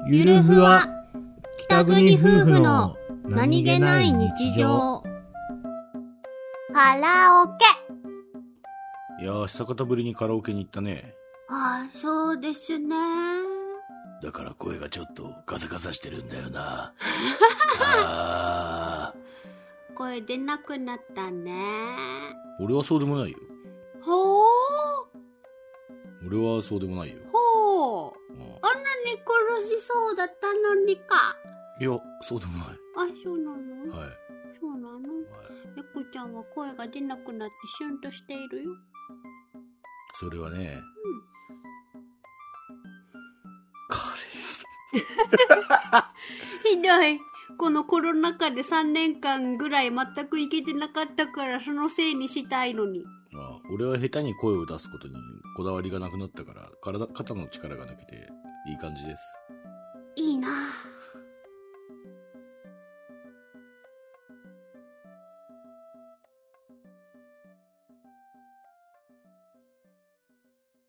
ゆるふわ北国夫婦の何気ない日常。 カラオケ。 いやー、久方ぶりにカラオケに行ったね。 ああ、そうですね。 だから声がちょっとガサガサしてるんだよな。あ声出なくなったね。 俺はそうでもないよ。 ほー。 俺はそうでもないよ。 ほー。あんなに苦しそうだったのにか。 いや、そうでもない。 あ、そうなの？ はい。 そうなの？猫ちゃんは声が出なくなってシュンとしているよ。 それはね、 ひどい。このコロナ禍で3年間ぐらい全くいけてなかったからそのせいにしたいのに。 俺は下手に声を出すことにこだわりがなくなったから、肩の力が抜けていい感じです。 いいなぁ。